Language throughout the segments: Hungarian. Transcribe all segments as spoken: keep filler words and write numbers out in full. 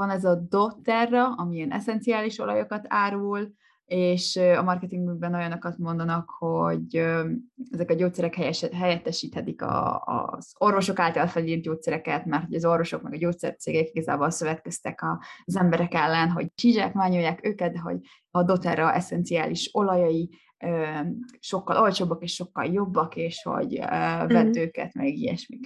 van ez a doTERRA, ami ilyen eszenciális olajokat árul, és a marketingben olyanokat mondanak, hogy ezek a gyógyszerek helyes, helyettesíthetik a, az orvosok által felírt gyógyszereket, mert az orvosok meg a gyógyszercégek igazából szövetkeztek az emberek ellen, hogy kizsákmányolják őket, de hogy a doTERRA eszenciális olajai sokkal olcsóbbak és sokkal jobbak, és hogy vedd őket, meg ilyesmik.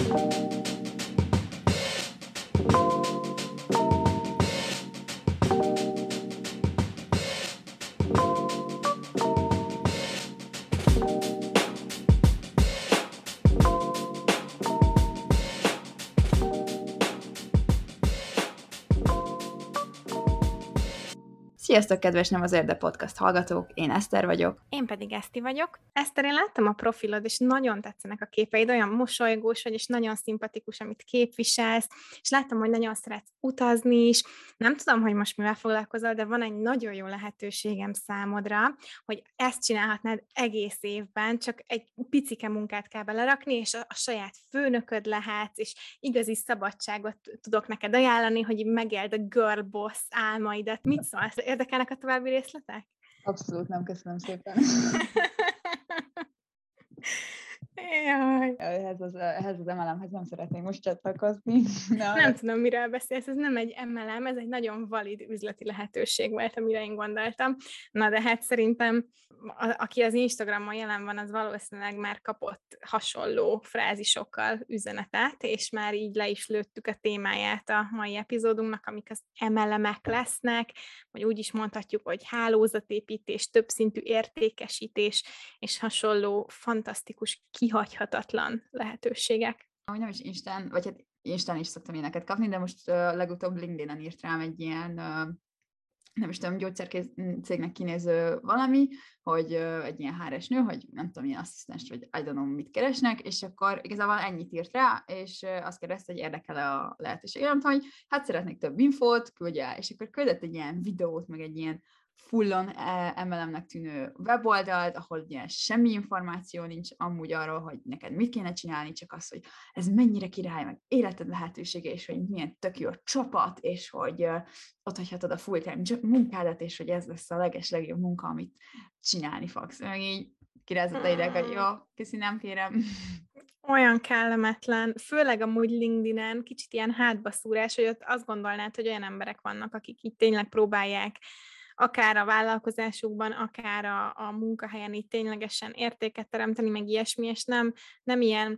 Sziasztok, kedves Nem az Érde Podcast hallgatók, én Eszter vagyok. Én pedig Eszti vagyok. Eszter, én láttam a profilod, és nagyon tetszenek a képeid, olyan mosolygós vagy, és nagyon szimpatikus, amit képviselsz, és láttam, hogy nagyon szeretsz utazni is. Nem tudom, hogy most mivel foglalkozol, de van egy nagyon jó lehetőségem számodra, hogy ezt csinálhatnád egész évben, csak egy picike munkát kell belerakni, és a, a saját főnököd lehetsz, és igazi szabadságot tudok neked ajánlani, hogy megéld a girl boss álmaidat. Mit szólsz? Érdekelnek a további részletek? Abszolút nem, köszönöm szépen. Jaj. Ehhez az, ehhez az em el em-hez nem szeretnék most csatlakozni. Na, nem tudom, miről beszélsz, ez nem egy em el em, ez egy nagyon valid üzleti lehetőség volt, amire én gondoltam. Na, de hát szerintem, a, aki az Instagramon jelen van, az valószínűleg már kapott hasonló frázisokkal üzenetet, és már így le is lőttük a témáját a mai epizódunknak, amik az em el em-ek lesznek, vagy úgy is mondhatjuk, hogy hálózatépítés, többszintű értékesítés, és hasonló fantasztikus, kihagyhatatlan lehetőségek. Amúgy nem is Instán, vagy hát Instán is szoktam ilyeneket kapni, de most uh, legutóbb LinkedIn-en írt rám egy ilyen, uh, nem is tudom, gyógyszercégnek kinéző valami, hogy uh, egy ilyen há er es nő, hogy nem tudom, ilyen asszisztens, vagy I don't know, mit keresnek, és akkor igazából ennyit írt rá, és uh, azt kérdezte, hogy érdekel-e a lehetőség. Nem tudom, hogy hát szeretnék több infót, küldje el, és akkor küldött egy ilyen videót, meg egy ilyen fullon em el em-nek tűnő weboldalt, ahol ugye semmi információ nincs amúgy arról, hogy neked mit kéne csinálni, csak az, hogy ez mennyire király, meg életed lehetősége, és hogy milyen tök jó csapat, és hogy uh, ott hagyhatod a full-time munkádat, és hogy ez lesz a leges legjobb munka, amit csinálni fogsz. Meg így kirázott a ideg, hogy jó, köszi, nem kérem. Olyan kellemetlen, főleg amúgy LinkedIn-en kicsit ilyen hátbaszúrás, hogy ott azt gondolnád, hogy olyan emberek vannak, akik így tényleg próbálják akár a vállalkozásukban, akár a, a munkahelyen így ténylegesen értéket teremteni, meg ilyesmi, és nem, nem ilyen,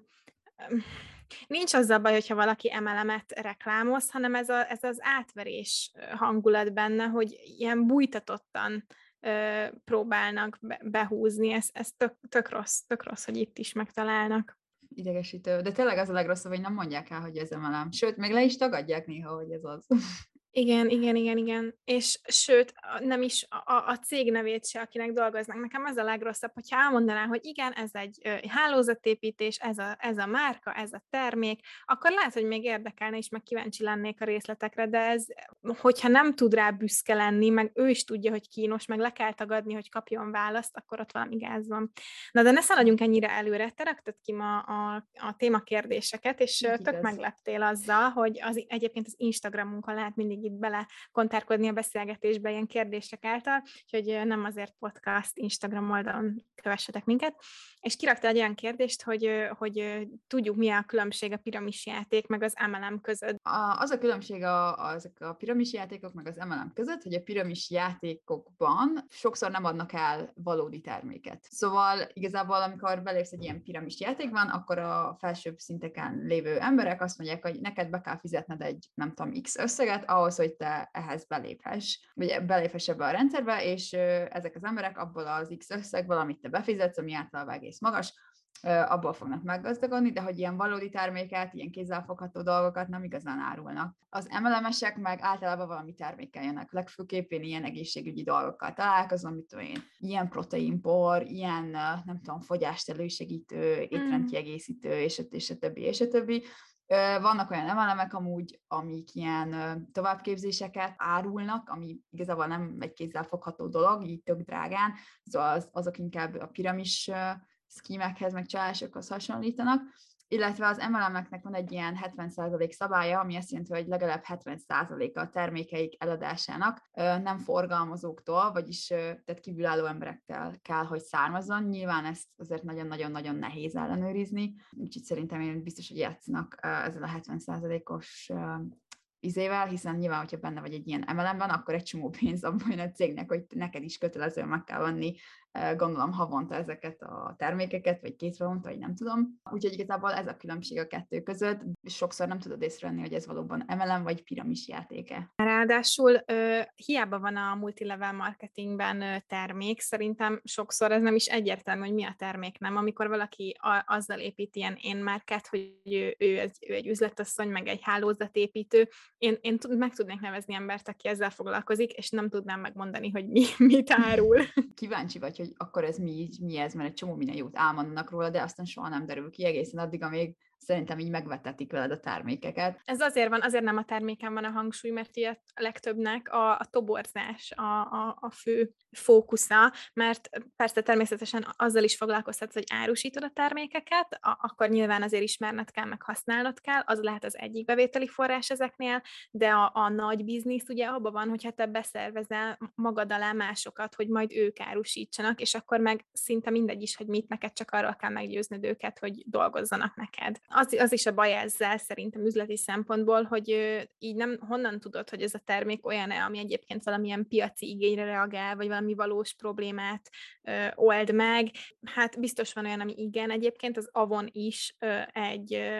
nincs azzal baj, hogyha valaki em el em-et reklámoz, hanem ez, a, ez az átverés hangulat benne, hogy ilyen bújtatottan ö, próbálnak be, behúzni, ez, ez tök, tök rossz, tök rossz, hogy itt is megtalálnak. Idegesítő, de tényleg az a legrosszabb, hogy nem mondják el, hogy ez em el em. Sőt, még le is tagadják néha, hogy ez az. Igen, igen, igen, igen. És sőt, nem is a, a cég nevét se, akinek dolgoznak. Nekem ez a legrosszabb, hogyha elmondaná, hogy igen, ez egy ö, hálózatépítés, ez a, ez a márka, ez a termék, akkor lehet, hogy még érdekelne, és meg kíváncsi lennék a részletekre, de ez, hogyha nem tud rá büszke lenni, meg ő is tudja, hogy kínos, meg le kell tagadni, hogy kapjon választ, akkor ott valami gáz van. Na, de ne szaladjunk ennyire előre, te raktad ki ma a, a témakérdéseket, és Így tök igaz. megleptél azzal, hogy az, egyébként az Instagramunkon lehet mindig itt bele kontárkodni a beszélgetésbe ilyen kérdések által, úgyhogy nem azért podcast Instagram oldalon kövessetek minket. És kiraktál egy olyan kérdést, hogy, hogy tudjuk, mi a különbség a piramisjáték meg az em el em között. A, az a különbség a, azok a piramis játékok meg az em el em között, hogy a piramis játékokban sokszor nem adnak el valódi terméket. Szóval igazából, amikor belépsz egy ilyen piramis játékban, akkor a felsőbb szinteken lévő emberek azt mondják, hogy neked be kell fizetned egy, nem tudom, X összeget ahhoz, hogy te ehhez beléphess, vagy beléphess ebbe a rendszerbe, és ezek az emberek abból az X összegből, amit te befizetsz, ami általában egész magas, abból fognak meggazdagodni, de hogy ilyen valódi terméket, ilyen kézzelfogható dolgokat nem igazán árulnak. Az em el em-esek meg általában valami termékkel jönnek, legfőképp én ilyen egészségügyi dolgokkal találkozom, mit tudom én, ilyen proteinpor, ilyen, nem tudom, fogyást elősegítő, étrendkiegészítő, és, és a többi, és a többi. Vannak olyan em el em-ek amúgy, amik ilyen továbbképzéseket árulnak, ami igazából nem egy kézzelfogható dolog, így tök drágán, szóval az, azok inkább a piramis szkímekhez, meg csalásokhoz hasonlítanak, illetve az em el em-eknek van egy ilyen hetven százalék szabálya, ami azt jelenti, hogy legalább hetven százaléka a termékeik eladásának nem forgalmazóktól, vagyis tehát kívülálló emberektől kell, hogy származzon. Nyilván ezt azért nagyon-nagyon-nagyon nehéz ellenőrizni, úgyhogy szerintem én biztos, hogy játszanak ezzel a hetven százalékos izével, hiszen nyilván, hogyha benne vagy egy ilyen em el em-ben, akkor egy csomó pénz abban jön a cégnek, hogy neked is kötelezően meg kell venni, gondolom havonta ezeket a termékeket, vagy két havonta, vagy nem tudom. Úgyhogy igazából ez a különbség a kettő között. Sokszor nem tudod észrevenni, hogy ez valóban em el em vagy piramis játéke. Ráadásul ö, hiába van a multilevel marketingben ö, termék, szerintem sokszor ez nem is egyértelmű, hogy mi a termék, nem? Amikor valaki a, azzal épít ilyen én márkát, hogy ő, ő, egy, ő egy üzletasszony, meg egy hálózatépítő, én, én tud, meg tudnék nevezni embert, aki ezzel foglalkozik, és nem tudnám megmondani, hogy mi, mit árul. Kíváncsi vagy, hogy akkor ez mi, mi ez, mert egy csomó minden jót álmondanak róla, de aztán soha nem derül ki egészen addig, amíg szerintem így megvetetik veled a termékeket. Ez azért van, azért nem a terméken van a hangsúly, mert ugye a legtöbbnek a, a toborzás a, a, a fő fókusza, mert persze természetesen azzal is foglalkoztatsz, hogy árusítod a termékeket, a, akkor nyilván azért ismerned kell, meg használnod kell, az lehet az egyik bevételi forrás ezeknél, de a, a nagy biznisz ugye abban van, hogyha te beszervezel magad alá másokat, hogy majd ők árusítsanak, és akkor meg szinte mindegy is, hogy mit, neked csak arról kell meggyőznöd őket, hogy dolgozzanak neked. Az, az is a baj ezzel szerintem üzleti szempontból, hogy ö, így nem honnan tudod, hogy ez a termék olyan-e, ami egyébként valamilyen piaci igényre reagál, vagy valami valós problémát ö, old meg. Hát biztos van olyan, ami igen. Egyébként az Avon is ö, egy ö,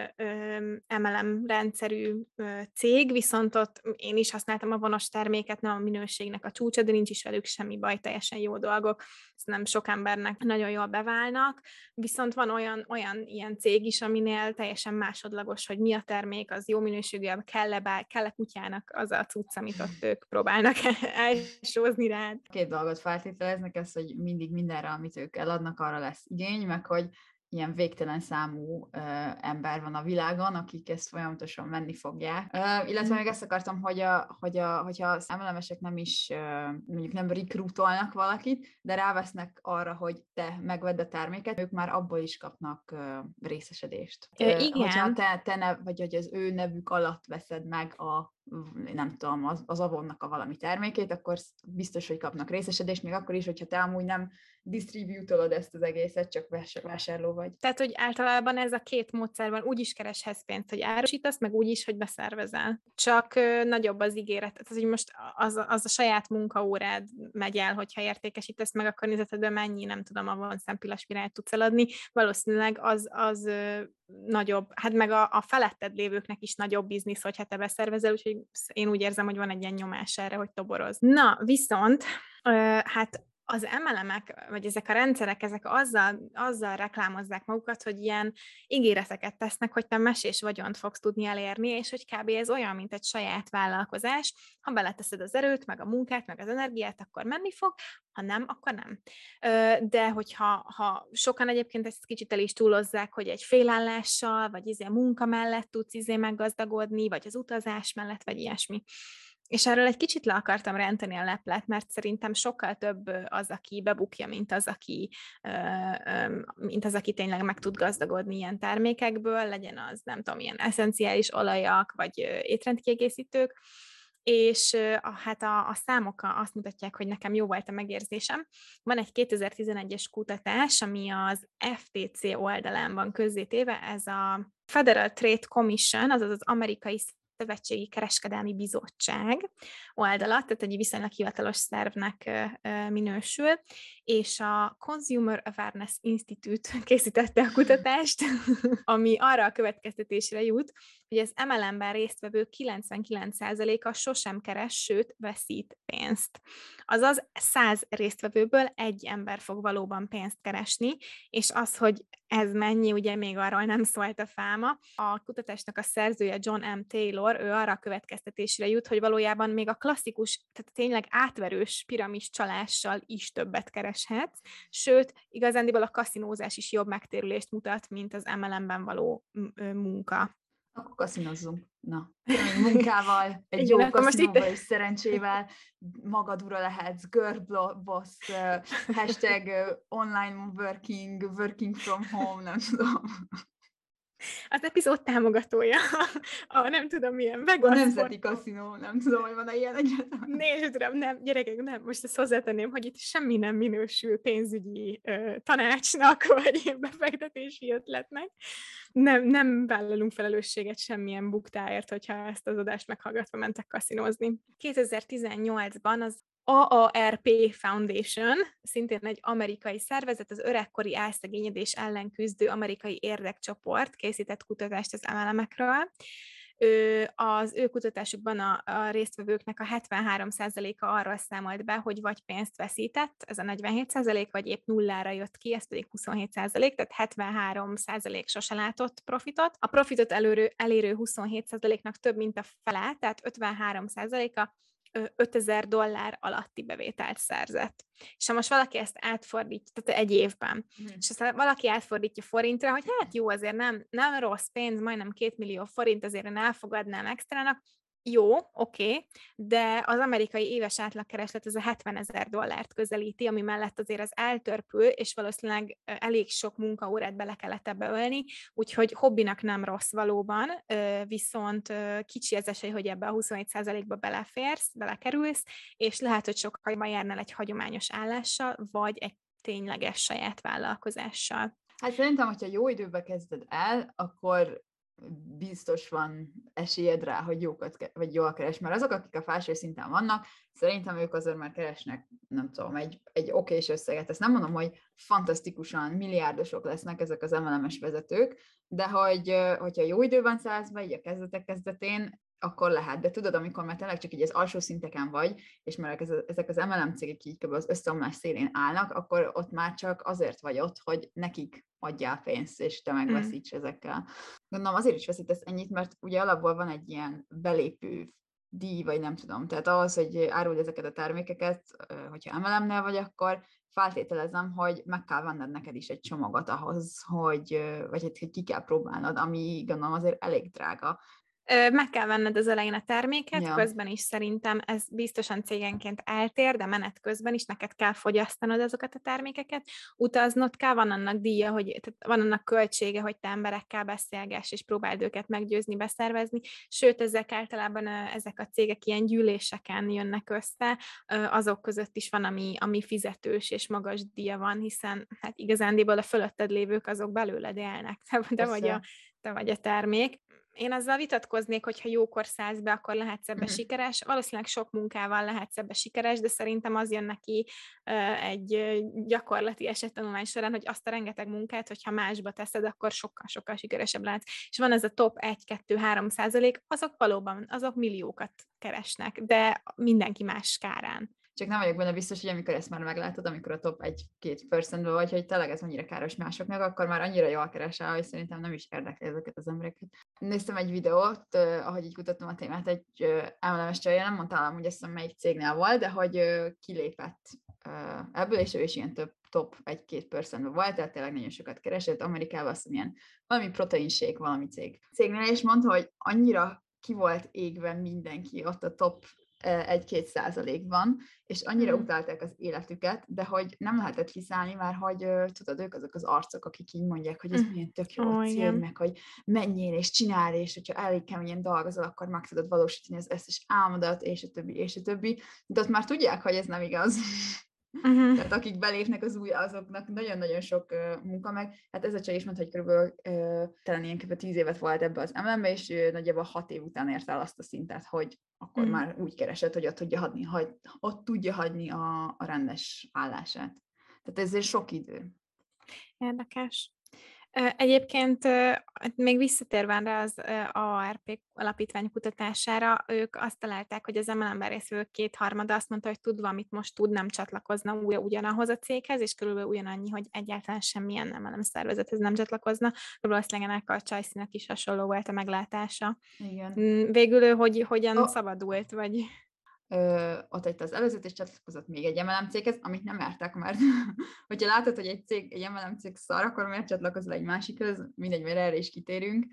em el em rendszerű ö, cég, viszont ott én is használtam Avonos terméket, nem a minőségnek a csúcsa, de nincs is velük semmi baj, teljesen jó dolgok. Ezt nem sok embernek nagyon jól beválnak. Viszont van olyan, olyan ilyen cég is, aminél teljesen másodlagos, hogy mi a termék, az jó minőségű, kell-e, bár, kell-e kutyának az a cucc, amit ott ők próbálnak elsózni rád. Két dolgot feltételeznek, ez, hogy mindig mindenre, amit ők eladnak, arra lesz igény, meg hogy ilyen végtelen számú ö, ember van a világon, akik ezt folyamatosan venni fogják. Ö, illetve még ezt akartam, hogy, a, hogy a, hogyha az em el em-esek nem is, ö, mondjuk nem rekrútolnak valakit, de rávesznek arra, hogy te megvedd a terméket, ők már abból is kapnak ö, részesedést. Ö, igen. Hogyha te, te ne, vagy hogy az ő nevük alatt veszed meg a nem tudom, az, az Avonnak a valami termékét, akkor biztos, hogy kapnak részesedést, még akkor is, hogyha te amúgy nem distribútolod ezt az egészet, csak vásárló vagy. Tehát, hogy általában ez a két módszerben úgy is kereshetsz pénzt, hogy árusítasz, meg úgy is, hogy beszervezel. Csak ö, nagyobb az ígéret. Tehát, hogy most az, az a saját munkaórád megy el, hogyha értékesítesz meg, akkor nézetedben mennyi, nem tudom, Avon szempillasvirályt tudsz eladni. Valószínűleg az, az ö, nagyobb, hát meg a, a feletted lévőknek is nagyobb biznisz, hogyha te beszervezel, úgyhogy én úgy érzem, hogy van egy ilyen nyomás erre, hogy toboroz. Na, viszont, ö, hát az em el em-ek, vagy ezek a rendszerek, ezek azzal, azzal reklámozzák magukat, hogy ilyen ígéreteket tesznek, hogy te mesés vagyont fogsz tudni elérni, és hogy kb. Ez olyan, mint egy saját vállalkozás. Ha beleteszed az erőt, meg a munkát, meg az energiát, akkor menni fog, ha nem, akkor nem. De hogyha ha sokan egyébként ezt kicsit el is túlozzák, hogy egy félállással, vagy izé munka mellett tudsz izé meggazdagodni, vagy az utazás mellett, vagy ilyesmi. És erről egy kicsit le akartam rántani a leplet, mert szerintem sokkal több az, aki bebukja, mint az, aki, mint az, aki tényleg meg tud gazdagodni ilyen termékekből, legyen az, nem tudom, ilyen eszenciális olajak, vagy étrendkiegészítők, és hát a, a számok azt mutatják, hogy nekem jó volt a megérzésem. Van egy kétezer-tizenegyes kutatás, ami az ef té cé oldalán van közzétéve, ez a Federal Trade Commission, azaz az amerikai Szövetségi Kereskedelmi Bizottság oldala, tehát egy viszonylag hivatalos szervnek minősül, és a Consumer Awareness Institute készítette a kutatást, ami arra a következtetésre jut, hogy az em el em-ben résztvevő kilencvenkilenc százaléka sosem keres, sőt veszít pénzt. Azaz száz résztvevőből egy ember fog valóban pénzt keresni, és az, hogy ez mennyi, ugye még arról nem szólt a fáma. A kutatásnak a szerzője John M. Taylor, ő arra a következtetésre jut, hogy valójában még a klasszikus, tehát tényleg átverős piramis csalással is többet kereshetsz, sőt, igazándiból a kaszinózás is jobb megtérülést mutat, mint az em el em-ben való munka. Akkor kaszinozzunk. Na, egy munkával, egy igen, jó kaszinóval itt... és szerencsével magad ura lehetsz, girl boss, uh, hashtag uh, online working, working from home, nem tudom. Az epizód támogatója, a nem tudom milyen, A Vegas Nemzeti Sport. Kaszinó, nem tudom, hogy van-e ilyen egyáltalán. Nézd, tudom, nem, gyerekek, nem, most ezt hozzátenném, hogy itt semmi nem minősül pénzügyi uh, tanácsnak, vagy befektetési ötletnek. Nem, nem vállalunk felelősséget semmilyen buktáért, hogyha ezt az adást meghallgatva mentek kaszinózni. kétezer-tizennyolcban az á á er pé Foundation, szintén egy amerikai szervezet, az öregkori elszegényedés ellen küzdő amerikai érdekcsoport készített kutatást az em el em-ekről. Ő, az ő kutatásukban a, a résztvevőknek a hetvenhárom százaléka arról számolt be, hogy vagy pénzt veszített, ez a negyvenhét százalék, vagy épp nullára jött ki, ez pedig huszonhét százalék, tehát hetvenhárom százalék sose látott profitot. A profitot elérő, elérő huszonhét százaléknak több, mint a fele, tehát ötvenhárom százaléka ötezer dollár alatti bevételt szerzett. És ha most valaki ezt átfordítja, tehát egy évben, mm. és aztán valaki átfordítja forintra, hogy hát jó, azért nem, nem rossz pénz, majdnem két millió forint, azért én elfogadnám extrának, jó, oké, okay, de az amerikai éves átlagkereslet az a hetvenezer dollárt közelíti, ami mellett azért az eltörpül, és valószínűleg elég sok munkaórát bele kellett ebbe ölni, úgyhogy hobbinak nem rossz valóban, viszont kicsi az esély, hogy ebbe a huszonhét százalékba beleférsz, belekerülsz, és lehet, hogy sokkal jobban járnál egy hagyományos állással, vagy egy tényleges saját vállalkozással. Hát szerintem, hogyha jó időben kezded el, akkor biztos van esélyed rá, hogy jókat, vagy jól keres, mert azok, akik a felső szinten vannak, szerintem ők azért már keresnek, nem tudom, egy, egy okés összeget. Ezt nem mondom, hogy fantasztikusan milliárdosok lesznek ezek az em el em-es vezetők, de hogy, hogyha jó időben szállsz be, így a kezdetek kezdetén, akkor lehet, de tudod, amikor már tényleg csak így az alsó szinteken vagy, és már ezek az em el em cégek így kb. Az összeomlás szélén állnak, akkor ott már csak azért vagy ott, hogy nekik adjál pénzt, és te megveszíts mm. ezekkel. Gondolom azért is veszítesz ennyit, mert ugye alapból van egy ilyen belépő díj, vagy nem tudom. Tehát ahhoz, hogy áruld ezeket a termékeket, hogyha em el em-nél vagy, akkor feltételezem, hogy meg kell venned neked is egy csomagot ahhoz, hogy, vagy hogy ki kell próbálnod, ami gondolom azért elég drága. Meg kell venned az elején a terméket, ja. Közben is szerintem ez biztosan cégenként eltér, de menet közben is neked kell fogyasztanod azokat a termékeket, utaznod kell, van annak díja, hogy tehát van annak költsége, hogy te emberekkel beszélgess, és próbáld őket meggyőzni, beszervezni, sőt, ezek általában ezek a cégek ilyen gyűléseken jönnek össze, azok között is van, ami, ami fizetős és magas díja van, hiszen hát igazándiból a fölötted lévők azok belőled élnek, te vagy a, te vagy a termék. Én azzal vitatkoznék, hogy ha jókor szállsz be, akkor lehetsz ebbe uh-huh. sikeres. Valószínűleg sok munkával lehetsz ebbe sikeres, de szerintem az jön neki uh, egy gyakorlati esettanulmány során, hogy azt a rengeteg munkát, hogyha másba teszed, akkor sokkal-sokkal sikeresebb lehetsz. És van ez a top egy, kettő, három százalék, azok valóban, azok milliókat keresnek, de mindenki más kárán. Csak nem vagyok benne biztos, hogy amikor ezt már meglátod, amikor a top egy-két percentben vagy, hogy tényleg ez annyira káros másoknak, akkor már annyira jól keresel, hogy szerintem nem is érdekli ezeket az embereket. Néztem egy videót, uh, ahogy így kutattam a témát, egy uh, em el em-es csajjal, nem mondtam, hogy azt hiszem melyik cégnél volt, de hogy uh, kilépett uh, ebből, és ő is ilyen több top egy-két percentben volt, tehát tényleg nagyon sokat keresett. Amerikában azt hiszem ilyen valami proteinshake, valami cég. Cégnél, és mondta, hogy annyira ki volt égve mindenki ott a top egy-két százalékban, és annyira mm. utálták az életüket, de hogy nem lehetett hiszállni már, hogy tudod, ők azok az arcok, akik így mondják, hogy ez mm. milyen tök jó oh, cég, meg hogy menjél és csinálj, és hogyha elég keményen dolgozol, akkor meg tudod valósítani az összes álmodat, és a többi, és a többi. De ott már tudják, hogy ez nem igaz. Uh-huh. Tehát akik belépnek az új, azoknak nagyon-nagyon sok uh, munka meg. Hát ez a csaj is mondta, hogy körülbelül uh, talán ilyen kb. tíz évet volt ebbe az em el em-be, és uh, nagyjából hat év után ért el azt a szintet, hogy akkor uh-huh. már úgy keresett, hogy ott tudja hagyni, hogy ott tudja hagyni a, a rendes állását. Tehát ezért sok idő. Érdekes. Egyébként még visszatérve rá az á er pé alapítvány kutatására, ők azt találták, hogy az em el em-ben részvevők kétharmada azt mondta, hogy tudva, amit most tud, nem csatlakozna újra ugyanahoz a céghez, és körülbelül ugyanannyi, hogy egyáltalán semmilyen em el em szervezethez nem csatlakozna. Valószínűleg ennek a Csajszínak is hasonló volt a meglátása. Igen. Végül ő hogy, hogyan oh. szabadult, vagy... Ö, ott egy az előzőt, és csatlakozott még egy em el em céghez, amit nem értek, mert hogyha látod, hogy egy cég, egy em el em cég szar, akkor miért csatlakozol egy másikhoz, mindegy, mert erre is kitérünk.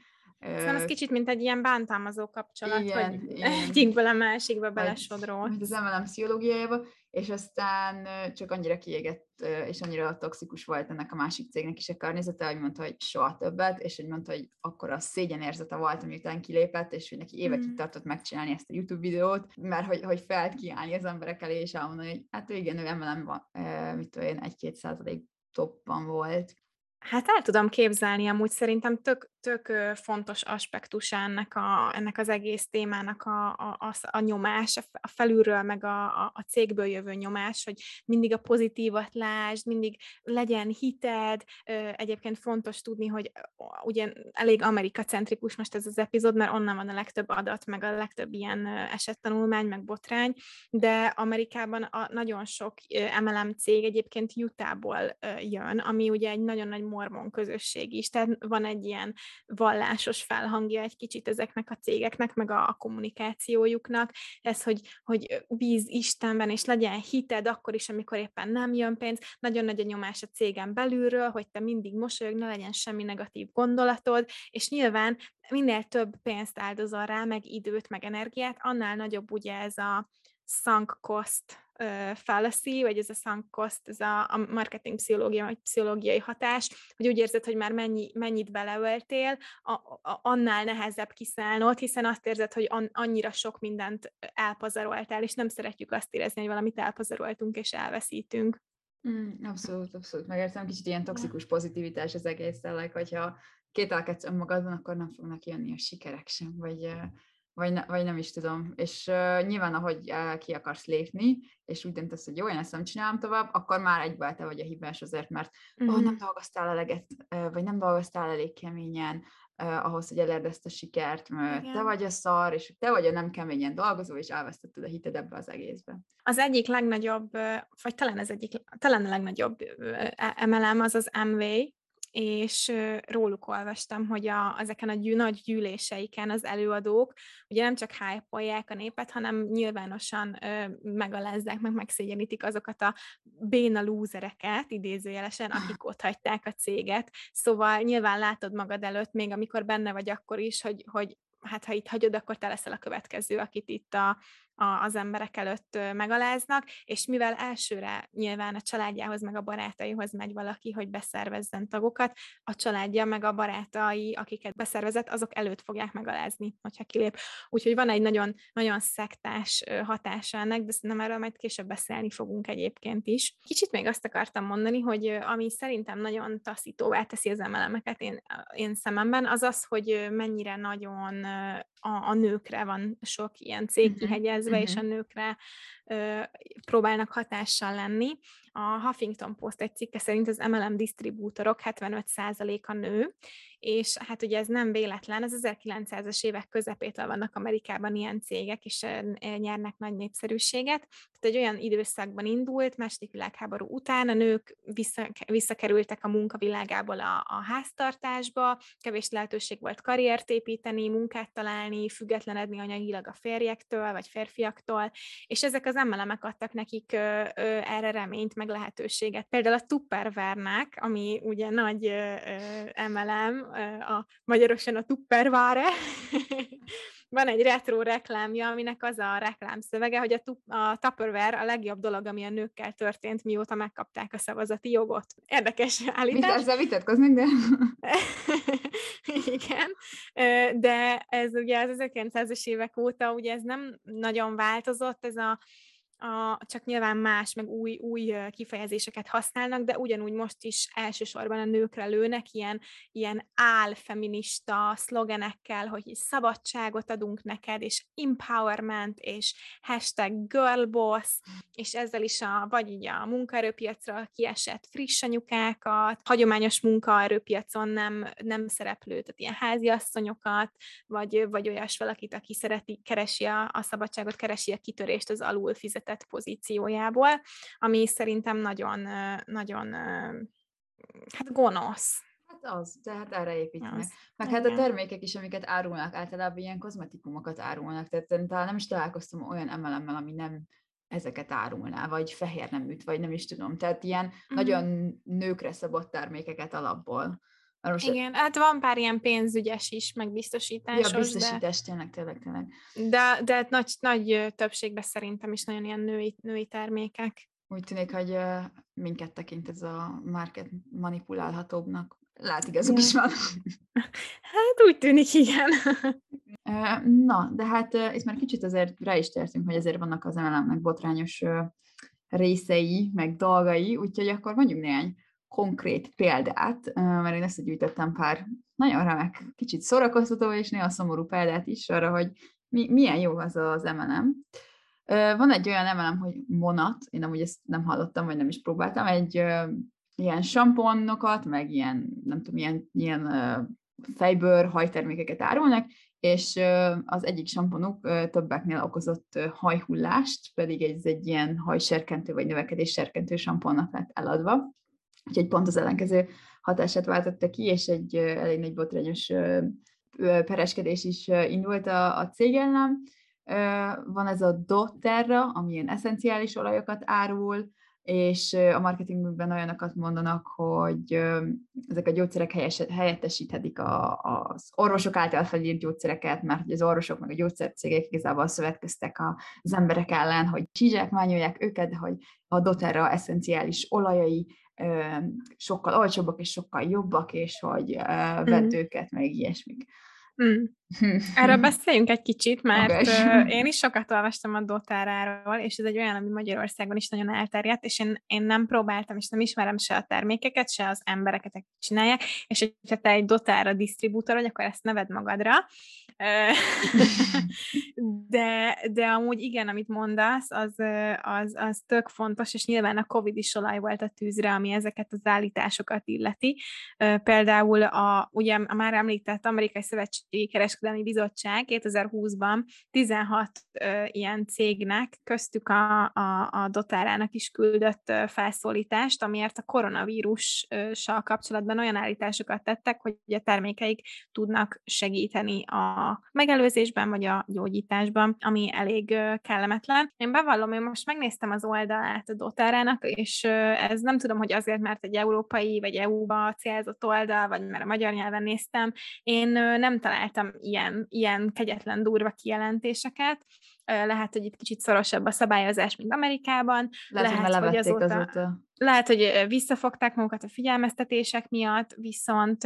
Szóval ez kicsit, mint egy ilyen bántalmazó kapcsolat, igen, hogy igen. egyikből a másikba Vagy, belesodródsz. mint az em el em pszichológiájába, és aztán csak annyira kiégett, és annyira toxikus volt ennek a másik cégnek is a környezete, hogy mondta, hogy soha többet, és hogy mondta, hogy akkor a szégyenérzete volt, miután kilépett, és hogy neki évekig Mm. tartott megcsinálni ezt a YouTube videót, mert hogy, hogy felt kiállni az emberek elé, és elmondani, hogy hát igen, ő em el em van, mit tudom én, egy-két százalék topban volt. Hát el tudom képzelni, amúgy szerintem tök, tök fontos aspektus ennek, a, ennek az egész témának a, a, a, a nyomás, a felülről, meg a, a, a cégből jövő nyomás, hogy mindig a pozitívat lásd, mindig legyen hited. Egyébként fontos tudni, hogy ugye elég amerikacentrikus most ez az epizód, mert onnan van a legtöbb adat, meg a legtöbb ilyen esettanulmány, meg botrány, de Amerikában a nagyon sok em el em cég egyébként Utahból jön, ami ugye egy nagyon nagy mormon közösség is, tehát van egy ilyen vallásos felhangja egy kicsit ezeknek a cégeknek, meg a, a kommunikációjuknak, ez, hogy, hogy bíz Istenben, és legyen hited akkor is, amikor éppen nem jön pénz, nagyon nagy a nyomás a cégen belülről, hogy te mindig mosolyog, ne legyen semmi negatív gondolatod, és nyilván minél több pénzt áldozol rá, meg időt, meg energiát, annál nagyobb ugye ez a sunk cost fallacy, vagy ez a sunk cost, ez a, a marketing pszichológia, vagy pszichológiai hatás, hogy úgy érzed, hogy már mennyi, mennyit beleöltél, a, a, annál nehezebb kiszállnod, hiszen azt érzed, hogy an, annyira sok mindent elpazaroltál, és nem szeretjük azt érezni, hogy valamit elpazaroltunk és elveszítünk. Mm, abszolút, abszolút megértem, kicsit ilyen toxikus pozitivitás az egész, tényleg, hogyha kételkedsz önmagadban, akkor nem fognak jönni a sikerek sem, vagy, vagy, ne, vagy nem is tudom. És uh, nyilván, ahogy uh, ki akarsz lépni, és úgy döntesz, hogy jó, én ezt nem csinálom tovább, akkor már egyben te vagy a hibás azért, mert mm-hmm. oh, nem dolgoztál eleget, uh, vagy nem dolgoztál elég keményen, Uh, ahhoz, hogy elérd ezt a sikert, mert te vagy a szar, és te vagy a nem keményen dolgozó, és elvesztetted a hited ebbe az egészbe. Az egyik legnagyobb, vagy talán az egyik, talán a legnagyobb em el em az az Amway, és róluk olvastam, hogy a, ezeken a gyű, nagy gyűléseiken az előadók ugye nem csak hype-olják a népet, hanem nyilvánosan ö, megalázzák, meg megszégyenítik azokat a béna lúzereket, idézőjelesen, akik ott hagyták a céget. Szóval nyilván látod magad előtt, még amikor benne vagy akkor is, hogy, hogy hát ha itt hagyod, akkor te leszel a következő, akit itt a, a, az emberek előtt megaláznak, és mivel elsőre nyilván a családjához, meg a barátaihoz megy valaki, hogy beszervezzen tagokat, a családja, meg a barátai, akiket beszervezett, azok előtt fogják megalázni, hogyha kilép. Úgyhogy van egy nagyon, nagyon szektás hatása ennek, de szerintem erről majd később beszélni fogunk egyébként is. Kicsit még azt akartam mondani, hogy ami szerintem nagyon taszítóvá teszi az em el em-eket én, én szememben, az az, hogy mennyire nagyon a, a nőkre van sok ilyen cég kihegyezve, uh-huh. és a nőkre ö, próbálnak hatással lenni. A Huffington Post egy cikke szerint az em el em disztribútorok hetvenöt százaléka nő, és hát ugye ez nem véletlen, az ezerkilencszázas évek közepétől vannak Amerikában ilyen cégek, és nyernek nagy népszerűséget. Tehát egy olyan időszakban indult, második világháború után a nők vissza, visszakerültek a munkavilágából a, a háztartásba, kevés lehetőség volt karriert építeni, munkát találni, függetlenedni anyagilag a férjektől, vagy férfiaktól, és ezek az em el em-ek adtak nekik ö, ö, erre reményt, meg lehetőséget. Például a Tupperware-nek, ami ugye nagy ö, ö, em el em, a magyarosan a Tupperware, van egy retro reklámja, aminek az a reklámszövege, hogy a, tu- a Tupperware a legjobb dolog, ami a nőkkel történt, mióta megkapták a szavazati jogot. Érdekes állítás. Mit, ezzel vitatkoznék, de... Igen, de ez ugye az ezerkilencszázas évek óta ugye ez nem nagyon változott, ez a A, csak nyilván más, meg új, új kifejezéseket használnak, de ugyanúgy most is elsősorban a nőkre lőnek ilyen, ilyen álfeminista szlogenekkel, hogy szabadságot adunk neked, és empowerment, és hashtag girlboss, és ezzel is a, vagy így a munkaerőpiacra kiesett friss anyukákat, hagyományos munkaerőpiacon nem, nem szereplő, tehát ilyen háziasszonyokat, vagy, vagy olyas valakit, aki szereti, keresi a, a szabadságot, keresi a kitörést az alul fizetett pozíciójából, ami szerintem nagyon, nagyon hát gonosz. Hát az, tehát erre építenek. Az, Meg igen. hát a termékek is, amiket árulnak, általában ilyen kozmetikumokat árulnak, tehát talán nem is találkoztam olyan em el em-mel, ami nem ezeket árulná, vagy fehér neműt, vagy nem is tudom. Tehát ilyen mm. nagyon nőkre szabott termékeket alapból Most, igen, hát van pár ilyen pénzügyes is, meg ja, biztosításos, biztosítás, tényleg, tényleg, tényleg. de, de, de nagy, nagy többségben szerintem is nagyon ilyen női, női termékek. Úgy tűnik, hogy uh, minket tekint ez a market manipulálhatóbbnak. Lát, igazuk Ja. is van. Hát úgy tűnik, igen. Uh, na, de hát uh, itt már kicsit azért rá is tértünk, hogy azért vannak az em el em-nek botrányos uh, részei, meg dolgai, úgyhogy akkor mondjuk néhány konkrét példát, uh, mert én összegyűjtöttem pár nagyon remek, kicsit szórakoztató és néha szomorú példát is arra, hogy mi, milyen jó az az em el em. Uh, van egy olyan em el em, hogy Monat, én amúgy ezt nem hallottam, vagy nem is próbáltam, egy uh, ilyen samponokat, meg ilyen, nem tudom, ilyen, ilyen uh, fejbőr, hajtermékeket árulnak, és az egyik samponuk többeknél okozott hajhullást, pedig ez egy ilyen hajserkentő vagy növekedésserkentő samponnak lett eladva. Úgyhogy pont az ellenkező hatását váltotta ki, és egy elég nagy botrányos pereskedés is indult a, a cég ellen. Van ez a doTERRA, ami ilyen eszenciális olajokat árul, és a marketingben olyanokat mondanak, hogy ezek a gyógyszerek helyettesíthetik a, az orvosok által felírt gyógyszereket, mert az orvosok meg a gyógyszercégek igazából szövetkeztek az emberek ellen, hogy zsizsákmányolják őket, de hogy a doTERRA eszenciális olajai sokkal olcsóbbak és sokkal jobbak, és hogy vedd mm. őket, meg ilyesmik. Mm. Erről beszéljünk egy kicsit, mert okay. én is sokat olvastam a doTERRA-ról, és ez egy olyan, ami Magyarországon is nagyon elterjedt, és én, én nem próbáltam, és nem ismerem se a termékeket, se az embereket, akik csinálják, és hogyha te egy doTERRA disztribútor vagy, akkor ezt neved magadra. de, de amúgy igen, amit mondasz, az, az, az tök fontos, és nyilván a Covid is olaj volt a tűzre, ami ezeket az állításokat illeti. Például a, ugye a már említett Amerikai Szövetségi Kereskedelmi Bizottság kétezer-húszban tizenhat ö, ilyen cégnek, köztük a, a, a doTERRA-nak is küldött ö, felszólítást, amiért a koronavírussal kapcsolatban olyan állításokat tettek, hogy a termékeik tudnak segíteni a megelőzésben, vagy a gyógyításban, ami elég ö, kellemetlen. Én bevallom, én most megnéztem az oldalát a doTERRA-nak, és ö, ez nem tudom, hogy azért, mert egy európai, vagy é u-ba célzott oldal, vagy mert a magyar nyelven néztem, én ö, nem találtam ilyen, ilyen kegyetlen durva kijelentéseket. Lehet, hogy itt kicsit szorosabb a szabályozás, mint Amerikában. Lehet, lehet hogy azóta, azóta. Lehet, hogy visszafogták magukat a figyelmeztetések miatt, viszont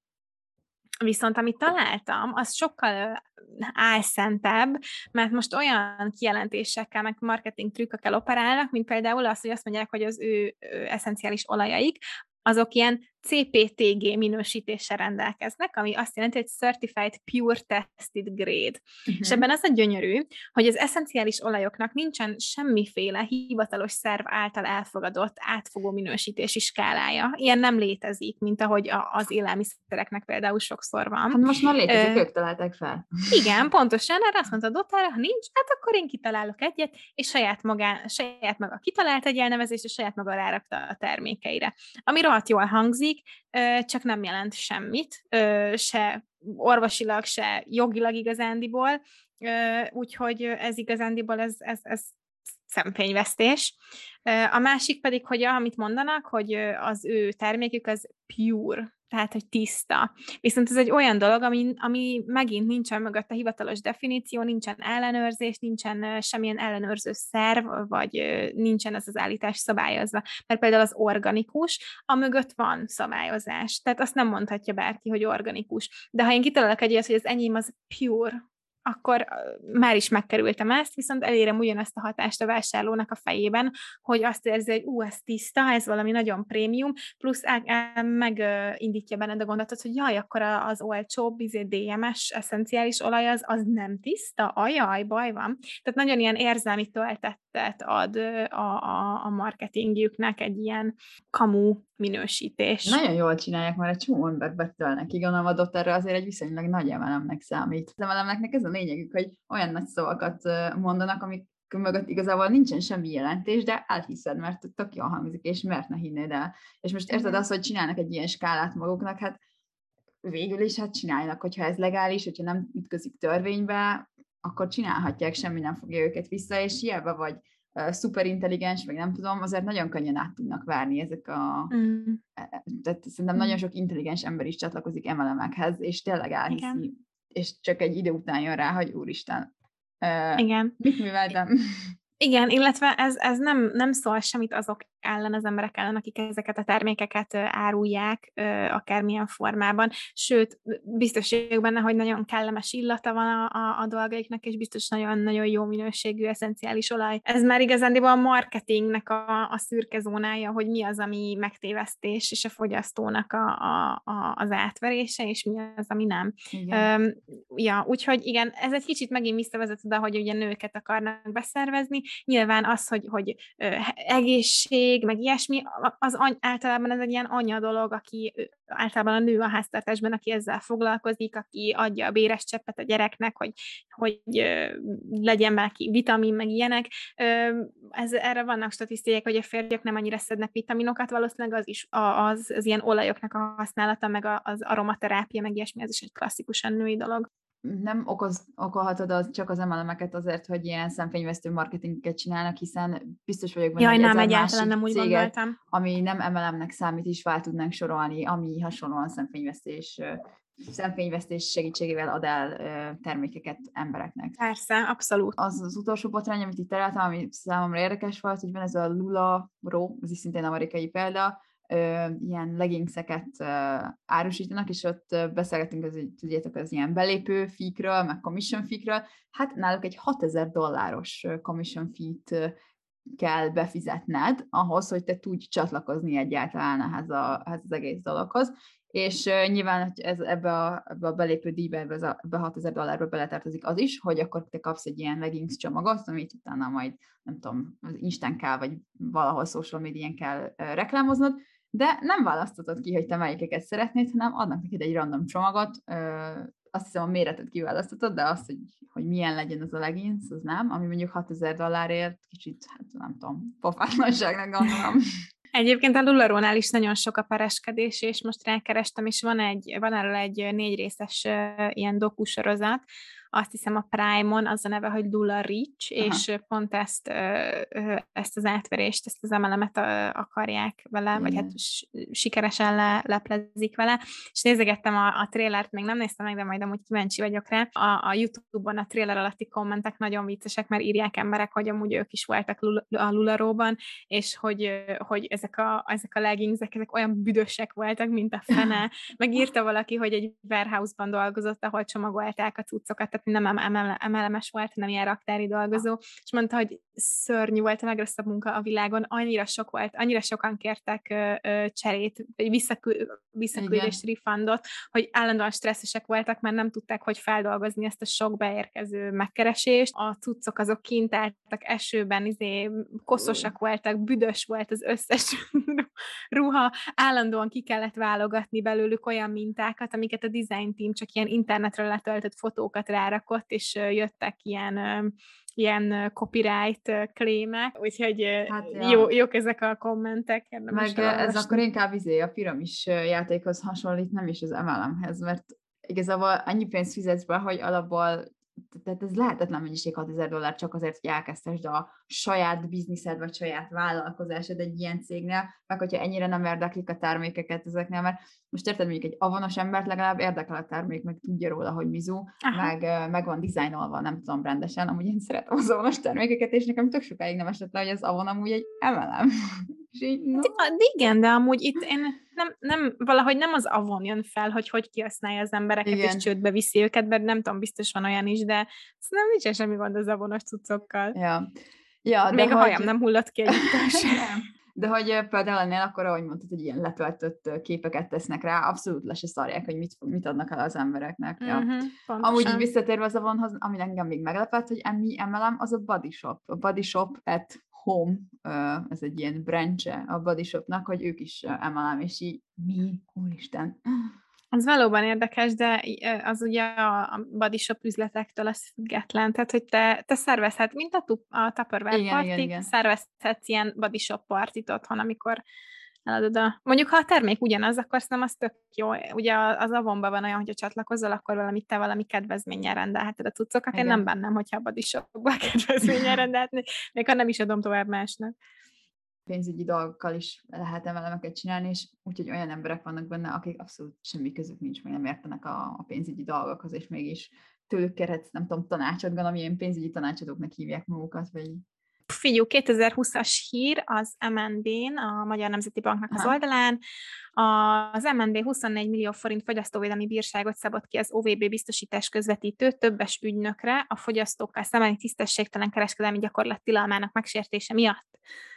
Viszont amit találtam, az sokkal álszentebb, mert most olyan kijelentésekkel, meg marketing trükkökkel operálnak, mint például az, hogy azt mondják, hogy az ő eszenciális olajaik, azok ilyen cé pé té gé minősítéssel rendelkeznek, ami azt jelenti, hogy Certified Pure Tested Grade. Uh-huh. És ebben az a gyönyörű, hogy az eszenciális olajoknak nincsen semmiféle hivatalos szerv által elfogadott átfogó minősítési skálája. Ilyen nem létezik, mint ahogy az élelmiszereknek például sokszor van. Hát most már létezik, uh, ők találták fel. Igen, pontosan, erre azt mondta a doTERRA, ha nincs, hát akkor én kitalálok egyet, és saját, magán, saját maga kitalált egy elnevezést, és saját maga rárakta a termékeire. Ami rohadt jól hangzik, csak nem jelent semmit, se orvosilag, se jogilag igazándiból, úgyhogy ez igazándiból ez, ez, ez szemfényvesztés. A másik pedig, hogy amit mondanak, hogy az ő termékük az pure, tehát, hogy tiszta. Viszont ez egy olyan dolog, ami, ami megint nincsen mögött a hivatalos definíció, nincsen ellenőrzés, nincsen semmilyen ellenőrző szerv, vagy nincsen ez az állítás szabályozva. Mert például az organikus, a mögött van szabályozás. Tehát azt nem mondhatja bárki, hogy organikus. De ha én kitalálok egy ilyet, hogy az enyém az pure, akkor már is megkerültem ezt, viszont elérem ugyanezt a hatást a vásárlónak a fejében, hogy azt érzi, hogy ú, ez tiszta, ez valami nagyon prémium, plusz megindítja benned a gondolatot, hogy jaj, akkor az olcsóbb dé em es eszenciális olaj az, az nem tiszta, ajaj, baj van. Tehát nagyon ilyen érzelmi töltettet ad a, a, a marketingjüknek egy ilyen kamu minősítés. Nagyon jól csinálják, mert egy csomó embert betölnek ki, gondolom a doTERRA azért egy viszonylag nagy em el em-nek számít. Az em el em-neknek ez a lényegük, hogy olyan nagy szavakat mondanak, amik mögött igazából nincsen semmi jelentés, de elhiszed, mert tök jól hangzik, és miért ne hinnéd el. És most érted azt, hogy csinálnak egy ilyen skálát maguknak, hát végül is hát csinálnak, hogyha ez legális, hogyha nem ütközik törvénybe, akkor csinálhatják, semmi nem fogja őket vissza, és hiába vagy szuper intelligens, meg nem tudom, azért nagyon könnyen át tudnak várni ezek a... Mm. Tehát szerintem mm. nagyon sok intelligens ember is csatlakozik em el em-ekhez, és tényleg elhiszi, igen. És csak egy idő után jön rá, hogy úristen, igen. mit műveltem? Igen, illetve ez, ez nem, nem szól semmit azok ellen, az emberek ellen, akik ezeket a termékeket árulják, akármilyen formában. Sőt, biztos vagyok benne, hogy nagyon kellemes illata van a, a, a dolgaiknak, és biztos nagyon-nagyon jó minőségű eszenciális olaj. Ez már igazándiból a marketingnek a, a szürke zónája, hogy mi az, ami megtévesztés, és a fogyasztónak a, a, a, az átverése, és mi az, ami nem. Um, ja, úgyhogy igen, ez egy kicsit megint visszavezet oda, hogy ugye nőket akarnak beszervezni. Nyilván az, hogy, hogy egészség, meg ilyesmi, az any, általában ez egy ilyen anya dolog, aki általában a nő a háztartásban, aki ezzel foglalkozik, aki adja a béres cseppet a gyereknek, hogy, hogy legyen már ki vitamin, meg ilyenek. Ez, erre vannak statisztikák, hogy a férfiak nem annyira szednek vitaminokat, valószínűleg az is az, az ilyen olajoknak a használata, meg az aromaterápia, meg ilyesmi, ez is egy klasszikusan női dolog. Nem okoz, okolhatod az, csak az em el em-eket azért, hogy ilyen szemfényvesztő marketinget csinálnak, hiszen biztos vagyok benne, Jaj, hogy nem, ezer egyáltalán nem úgy céget, gondoltam. ami nem em el em-nek számít, is fel tudnánk sorolni, ami hasonlóan szemfényvesztés, szemfényvesztés segítségével ad el termékeket embereknek. Persze, abszolút. Az az utolsó botrány, amit itt találtam, ami számomra érdekes volt, hogy van ez a LuLaRoe, ez is szintén amerikai példa, Ö, ilyen leggingseket ö, árusítanak, és ott ö, beszélgetünk, az, tudjátok, az ilyen belépő fee-kről, meg commission fee-kről, hát náluk egy hatezer dolláros commission fee-t ö, kell befizetned ahhoz, hogy te tudj csatlakozni egyáltalán ehhez, a, ehhez az egész dologhoz, és uh, nyilván hogy ez, ebbe, a, ebbe a belépő díjba, ebbe, a, ebbe a hatezer dollárba beletartozik az is, hogy akkor te kapsz egy ilyen leggings csomagot, amit utána majd, nem tudom, az Instán kell, vagy valahol social médián kell uh, reklámoznod, de nem választhatod ki, hogy te melyikeket szeretnéd, hanem adnak neked egy random csomagot, uh, azt hiszem a méretet kiválaszthatod, de azt, hogy, hogy milyen legyen az a leggings, az nem, ami mondjuk hatezer dollárért kicsit, hát nem tudom, pofátlanságnak gondolom. Egyébként a LuLaRoe-nál is nagyon sok a pereskedés, és most rákerestem, és van, egy, van erről egy négy részes uh, ilyen dokusorozat, azt hiszem a Prime-on az a neve, hogy LuLaRich, és pont ezt, ezt az átverést, ezt az em el em-et akarják vele, igen. Vagy hát sikeresen le, leplezik vele, és nézegettem a, a trélert, még nem néztem meg, de majd amúgy kíváncsi vagyok rá. A, a YouTube-on a tréler alatti kommentek nagyon viccesek, mert írják emberek, hogy amúgy ők is voltak a LuLaRoe-ban, és hogy, hogy ezek, a, ezek a leggingsek, ezek olyan büdösek voltak, mint a fene. Megírta valaki, hogy egy warehouse-ban dolgozott, ahol csomagolták a cuccokat, tehát nem em el em-es volt, hanem ilyen raktári dolgozó, és mondta, hogy szörnyű volt a legrosszabb munka a világon, annyira sok volt, annyira sokan kértek ö, ö, cserét, vagy visszakü- visszaküldést, refundot, hogy állandóan stresszesek voltak, mert nem tudták, hogy feldolgozni ezt a sok beérkező megkeresést. A cuccok azok kint álltak esőben, izé, koszosak voltak, büdös volt az összes ruha, állandóan ki kellett válogatni belőlük olyan mintákat, amiket a design team csak ilyen internetről letöltött fotókat rárakott, és jöttek ilyen, ilyen copyright claimek, úgyhogy hát, ja. jó, jók ezek a kommentek. Meg ez akkor inkább izé a piramis játékhoz hasonlít, nem is az em el em-hez, mert igazából annyi pénzt fizetsz be, hogy alapból tehát ez lehetetlen mennyiség hatezer dollár csak azért, hogy elkezdhessd a saját bizniszed, vagy saját vállalkozásod egy ilyen cégnél, meg hogyha ennyire nem érdeklik a termékeket ezeknél, mert most érted, mondjuk egy avonos embert legalább érdekel a termék, meg tudja róla, hogy mizu, meg, meg van dizájnolva, nem tudom rendesen, amúgy én szeretem az avonos termékeket, és nekem tök sokáig nem esett le, hogy az avon amúgy egy em el em. Így, no. De igen, de amúgy itt én nem, nem, valahogy nem az avon jön fel, hogy hogy kihasználja az embereket, igen. És csődbe viszi őket, mert nem tudom, biztos van olyan is, de nem nincs semmi gond az avonos cuccokkal. Ja. Ja, még de a hogy... hajam nem hullott ki együttes. De hogy például ennél akkor, ahogy mondtad, hogy ilyen letöltött képeket tesznek rá, abszolút le se szarják, hogy mit, mit adnak el az embereknek. Ja. Uh-huh, amúgy így visszatérve az avonhoz, ami engem még meglepett, hogy mi em el em, az a Body Shop. A Body Shop at Home, ez egy ilyen branche a Body Shopnak, hogy ők is em el em, és így mi, úristen. Az valóban érdekes, de az ugye a Body Shop üzletektől az független, tehát hogy te, te szervezhet, mint a, tup, a Tupperware partik, szervezhetsz ilyen Body Shop partit otthon, amikor eladod a... Mondjuk, ha a termék ugyanaz, akkor szerintem az tök jó. Ugye az Avonban van olyan, hogyha csatlakozol, akkor valamit te valami kedvezménnyel rendelheted a cuccokat. Én Igen. nem bennem, hogyha abban is sokba kedvezménnyel rendelhetni, még ha nem is adom tovább másnak. Pénzügyi dolgokkal is lehet emelemeket csinálni, és úgyhogy olyan emberek vannak benne, akik abszolút semmi közük nincs, meg nem értenek a, a pénzügyi dolgokhoz, és mégis tőlük kérhetsz, nem tudom, tanácsot, gondolom, ilyen pénzügyi tanácsadóknak hívják magukat, vagy... Figyelj, kétezer-húszas hír az em en bé-n, a Magyar Nemzeti Banknak az Aha. oldalán. Az em en bé huszonnégy millió forint fogyasztóvédelmi bírságot szabott ki az o vé bé biztosítás közvetítő többes ügynökre a fogyasztókkal szembeni tisztességtelen kereskedelmi gyakorlat tilalmának megsértése miatt.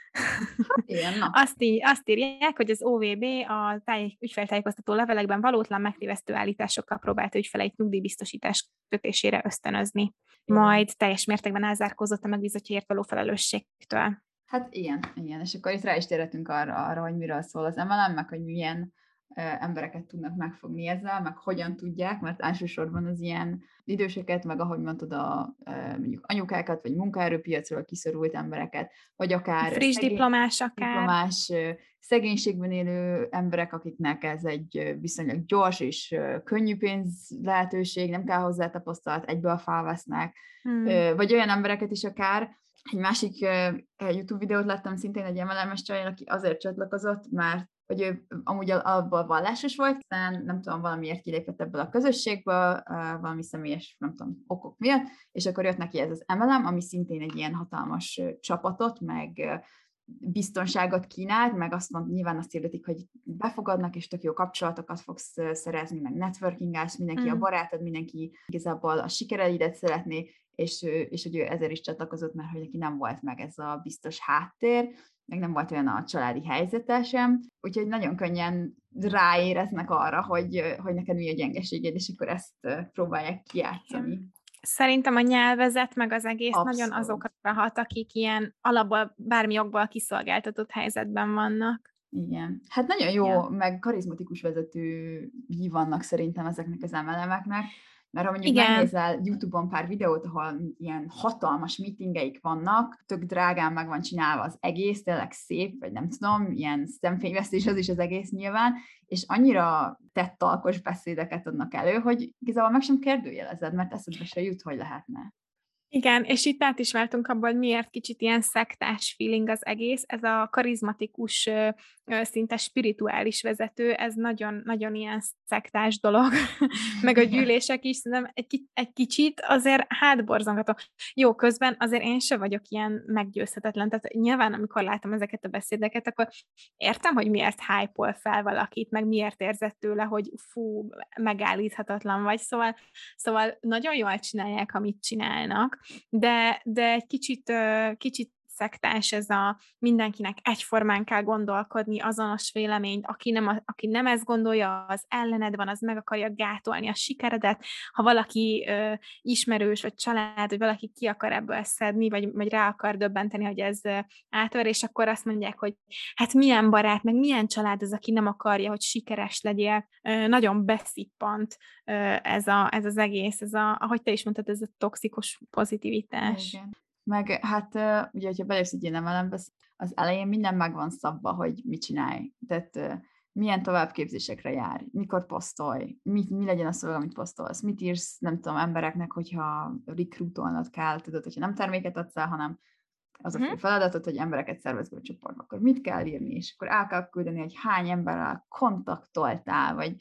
Igen, na. Azt, í- azt írják, hogy az o vé bé a táj- ügyfeltájékoztató levelekben valótlan megtévesztő állításokkal próbálta ügyfeleit nyugdíjbiztosítás kötésére ösztönözni. Igen. Majd teljes mértékben elzárkózott a megbízottjaért való felelősségtől. Hát igen, igen, és akkor itt rá is térhetünk arra, arra, hogy miről szól az em el em, meg hogy milyen ö, embereket tudnak megfogni ezzel, meg hogyan tudják, mert elsősorban az ilyen időseket, meg ahogy mondtad, a ö, mondjuk anyukákat, vagy munkaerőpiacról kiszorult embereket, vagy akár Friss szegény- diplomás akár. diplomás, ö, szegénységben élő emberek, akiknek ez egy ö, viszonylag gyors és ö, könnyű pénz lehetőség, nem kell hozzá tapasztalat, egyből felvesznek, Hmm. Ö, vagy olyan embereket is akár. Egy másik uh, YouTube videót láttam szintén egy em el em-es csajjal, aki azért csatlakozott, mert hogy ő amúgy abból vallásos volt, aztán nem tudom, valamiért kilépett ebből a közösségből, uh, valami személyes, nem tudom, okok miatt, és akkor jött neki ez az em el em, ami szintén egy ilyen hatalmas uh, csapatot, meg uh, biztonságot kínált, meg azt mond, nyilván azt hirdetik, hogy befogadnak, és tök jó kapcsolatokat fogsz szerezni, meg networkingálsz, mindenki mm. a barátod, mindenki igazából a sikereidet szeretné, és, és hogy ő ezért is csatlakozott, mert hogy neki nem volt meg ez a biztos háttér, meg nem volt olyan a családi helyzete sem, úgyhogy nagyon könnyen ráéreznek arra, hogy, hogy neked mi a gyengeséged, és akkor ezt próbálják kijátszani. Szerintem a nyelvezet, meg az egész Abszolút. Nagyon azokra hat, akik ilyen alapból, bármi okból kiszolgáltatott helyzetben vannak. Igen. Hát nagyon jó, Ja. meg karizmatikus vezetői vannak szerintem ezeknek az em el em-eknek, mert ha mondjuk Igen. megnézel YouTube-on pár videót, ahol ilyen hatalmas meetingeik vannak, tök drágán meg van csinálva az egész, tényleg szép, vagy nem tudom, ilyen szemfényvesztés az is az egész nyilván, és annyira tettalkos beszédeket adnak elő, hogy igazából meg sem kérdőjelezed, mert eszedbe se jut, hogy lehetne. Igen, és itt át is váltunk abban, hogy miért kicsit ilyen szektás feeling az egész. Ez a karizmatikus, szinte spirituális vezető, ez nagyon-nagyon ilyen szektás dolog. Meg a gyűlések is, szerintem egy, egy kicsit azért hátborzongató. Jó, közben azért én se vagyok ilyen meggyőzhetetlen. Tehát nyilván, amikor látom ezeket a beszédeket, akkor értem, hogy miért hype-ol fel valakit, meg miért érzett tőle, hogy fú, megállíthatatlan vagy. Szóval, szóval nagyon jól csinálják, amit csinálnak. De, de egy kicsit, kicsit szektás ez a mindenkinek egyformán kell gondolkodni, azonos véleményt, aki nem, aki nem ezt gondolja, az ellened van, az meg akarja gátolni a sikeredet. Ha valaki ö, ismerős, vagy család, vagy valaki ki akar ebből szedni, vagy, vagy rá akar döbbenteni, hogy ez átör, és akkor azt mondják, hogy hát milyen barát, meg milyen család az, aki nem akarja, hogy sikeres legyél. Ö, nagyon beszippant ö, ez, a, ez az egész, ez a, ahogy te is mondtad, ez a toxikus pozitivitás. Igen. Meg hát ugye, hogyha belépsz egy ilyen em el em-be, az elején minden meg van szabva, hogy mit csinálj. Tehát milyen továbbképzésekre jár, mikor posztolj, mi, mi legyen a szöveg, amit posztolsz, mit írsz, nem tudom, embereknek, hogyha recruitolnod kell, tudod, hogyha nem terméket adsz el, hanem az a fő feladatod, hogy embereket szervezz be a csoportba, akkor mit kell írni, és akkor el kell küldeni, hogy hány emberrel kontaktoltál, vagy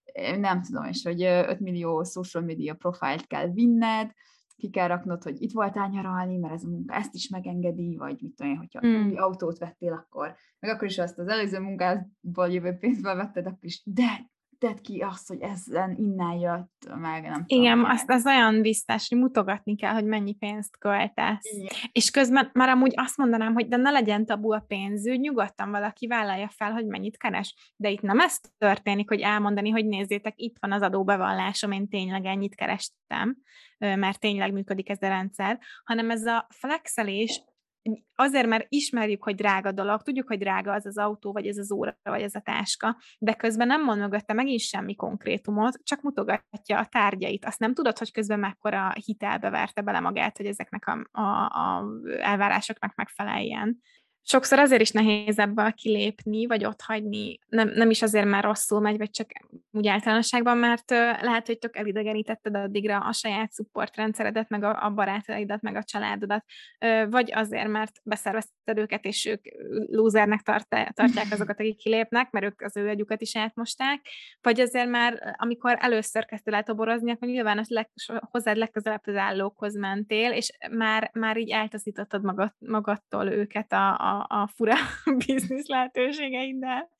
nem tudom, és hogy öt millió social media profilt kell vinned, ki kell raknod, hogy itt voltál nyaralni, mert ez a munka ezt is megengedi, vagy mit tudom én, hogyha mm. új autót vettél, akkor, meg akkor is azt az előző munkádból jövő pénzből vetted, akkor is, de tedd ki azt, hogy ezen innen jött, meg nem tudom. Igen, azt az olyan biztos, hogy mutogatni kell, hogy mennyi pénzt költesz. Igen. És közben már amúgy azt mondanám, hogy de ne legyen tabu a pénzügy, nyugodtan valaki vállalja fel, hogy mennyit keres. De itt nem ez történik, hogy elmondani, hogy nézzétek, itt van az adóbevallásom, én tényleg ennyit kerestem, mert tényleg működik ez a rendszer, hanem ez a flexelés, azért, mert ismerjük, hogy drága dolog, tudjuk, hogy drága az az autó, vagy ez az óra, vagy ez a táska, de közben nem mond mögötte megint semmi konkrétumot, csak mutogatja a tárgyait. Azt nem tudod, hogy közben mekkora hitelbe verte bele magát, hogy ezeknek a, a, a elvárásoknak megfeleljen. sokszor azért is nehéz ebből kilépni, vagy otthagyni, nem, nem is azért, mert rosszul megy, vagy csak úgy általánosságban, mert lehet, hogy tök elidegenítetted addigra a saját szupportrendszeredet, meg a, a barátaidat, meg a családodat, vagy azért, mert beszervezted őket, és ők lúzernek tart, tartják azokat, akik kilépnek, mert ők az ő agyukat is átmosták, vagy azért már, amikor először kezdtél el toborozni, akkor nyilván az leg, hozzád legközelebb az állókhoz mentél, és már, már így eltaszítottad magad, magadtól őket a, a, a fura biznisz lehetőségeiddel.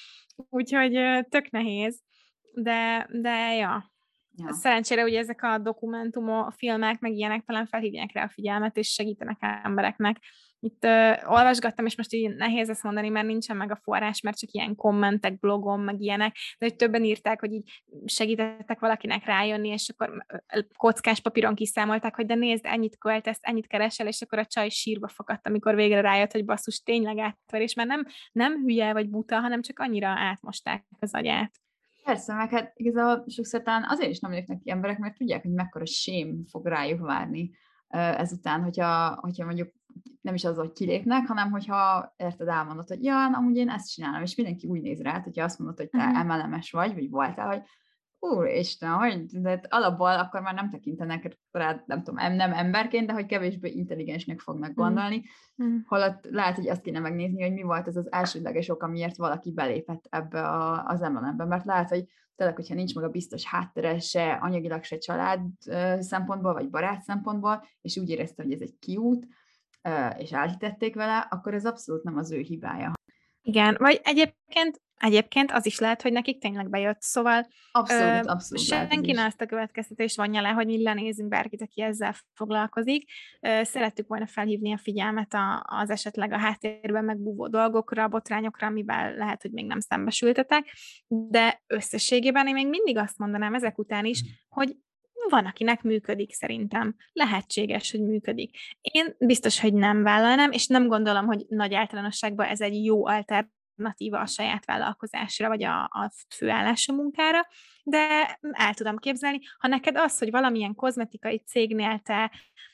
Úgyhogy tök nehéz, de, de ja. Ja. Szerencsére ugye ezek a dokumentumok, a filmek, meg ilyenek talán felhívják rá a figyelmet, és segítenek embereknek. Itt uh, olvasgattam, és most így nehéz ezt mondani, mert nincsen meg a forrás, mert csak ilyen kommentek, blogon, meg ilyenek, de hogy többen írták, hogy így segítettek valakinek rájönni, és akkor kockás papíron kiszámolták, hogy de nézd, ennyit költesz, ennyit keresel, és akkor a csaj sírba fakadt, amikor végre rájött, hogy basszus, tényleg átverés, mert nem, nem hülye vagy buta, hanem csak annyira átmosták az agyát. Persze, meg hát igazából sokszor talán azért is nem lépnek ki emberek, mert tudják, hogy mekkora sém fog rájuk várni ezután, hogyha, hogyha mondjuk nem is az, hogy kilépnek, hanem hogyha érted, elmondod, hogy ja, amúgy én ezt csinálom, és mindenki úgy néz rád, hogyha azt mondod, hogy te uh-huh. em el em-es vagy, vagy voltál, hogy úristen, hogy de alapból akkor már nem tekintenek rád, nem tudom, nem emberként, de hogy kevésbé intelligensnek fognak gondolni, mm. holott lehet, hogy azt kéne megnézni, hogy mi volt az az elsődleges ok, amiért valaki belépett ebbe a, az em el em-be, mert lehet, hogy tényleg, hogyha nincs meg a biztos háttere se anyagilag, se család szempontból, vagy barát szempontból, és úgy érezte, hogy ez egy kiút, és elhitették vele, akkor ez abszolút nem az ő hibája. Igen, vagy egyébként Egyébként az is lehet, hogy nekik tényleg bejött, szóval abszolút, ö, abszolút senki ne azt a következtetést vonja le, hogy mi lenézünk bárkit, aki ezzel foglalkozik. Ö, szerettük volna felhívni a figyelmet a, az esetleg a háttérben megbúvó dolgokra, botrányokra, amivel lehet, hogy még nem szembesültetek, de összességében én még mindig azt mondanám ezek után is, hogy van, akinek működik szerintem. Lehetséges, hogy működik. Én biztos, hogy nem vállalnám, és nem gondolom, hogy nagy általánosságban ez egy jó alternatíva a saját vállalkozásra, vagy a, a főállású munkára, de el tudom képzelni, ha neked az, hogy valamilyen kozmetikai cégnél te